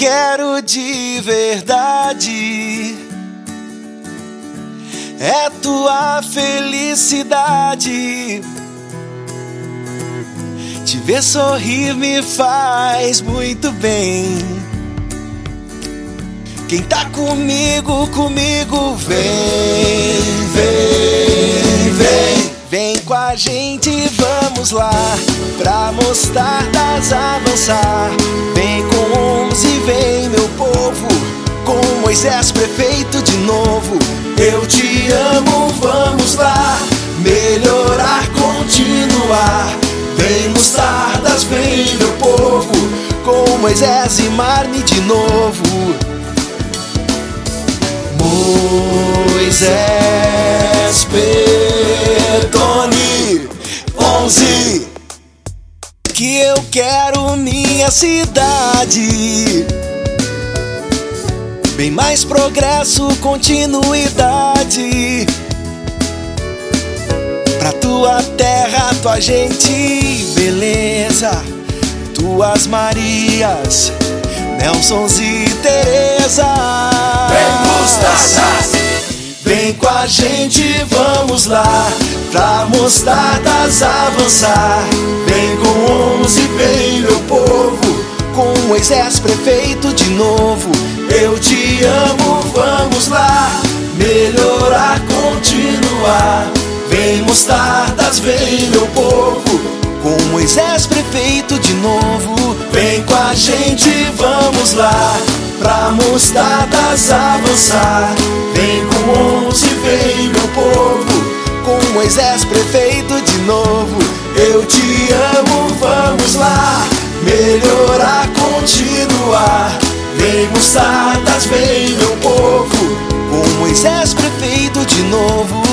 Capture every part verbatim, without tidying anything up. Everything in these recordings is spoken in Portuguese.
quero de verdade é tua felicidade. Te ver sorrir me faz muito bem. Quem tá comigo, comigo vem, vem, vem. Vem com a gente, vamos lá, pra Mostardas avançar. Vem com onze, vem meu povo, com Moisés prefeito de novo. Eu te amo, vamos lá, melhorar, continuar. Vem Mostardas, vem meu povo, com Moisés e Marne de novo. Moisés, Pedoni, onze. Que eu quero minha cidade, bem mais progresso, continuidade. Pra tua terra, tua gente, beleza. Tuas Marias, Nelsons e Tereza. Vem Mostardas, vem com a gente, vamos lá, pra Mostardas avançar. Vem com onze, vem meu povo, com Moisés prefeito de novo. Eu te amo, vamos lá, melhorar, continuar. Vem Mostardas, vem meu povo, com Moisés prefeito de novo. Vem com a gente, vamos lá, pra Mostardas avançar. Vem com onze, vem meu povo, com Moisés prefeito de novo. Eu te amo, vamos lá, melhorar, continuar. Vem Mostardas, vem meu povo, com Moisés prefeito de novo.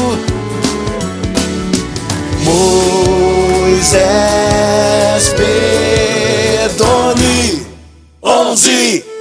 Moisés, Pedoni, onze.